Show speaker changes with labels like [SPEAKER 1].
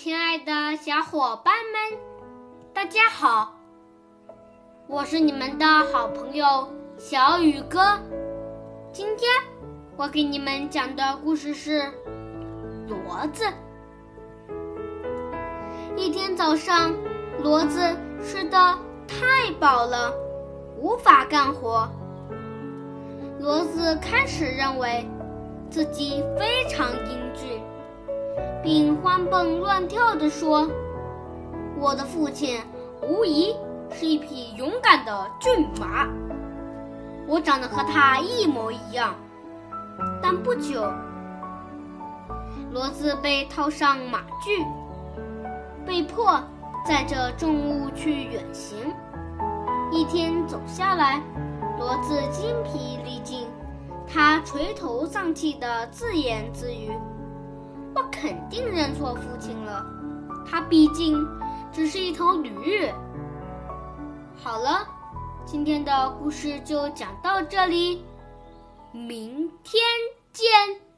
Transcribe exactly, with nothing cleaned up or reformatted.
[SPEAKER 1] 亲爱的小伙伴们，大家好，我是你们的好朋友小雨哥。今天我给你们讲的故事是骡子。一天早上，骡子吃得太饱了，无法干活。骡子开始认为自己非常英俊，并欢蹦乱跳地说：我的父亲无疑是一匹勇敢的骏马，我长得和他一模一样。但不久，骡子被套上马具，被迫载着重物去远行。一天走下来，骡子精疲力尽，他垂头丧气地自言自语：我肯定认错父亲了，他毕竟只是一头驴。好了，今天的故事就讲到这里，明天见。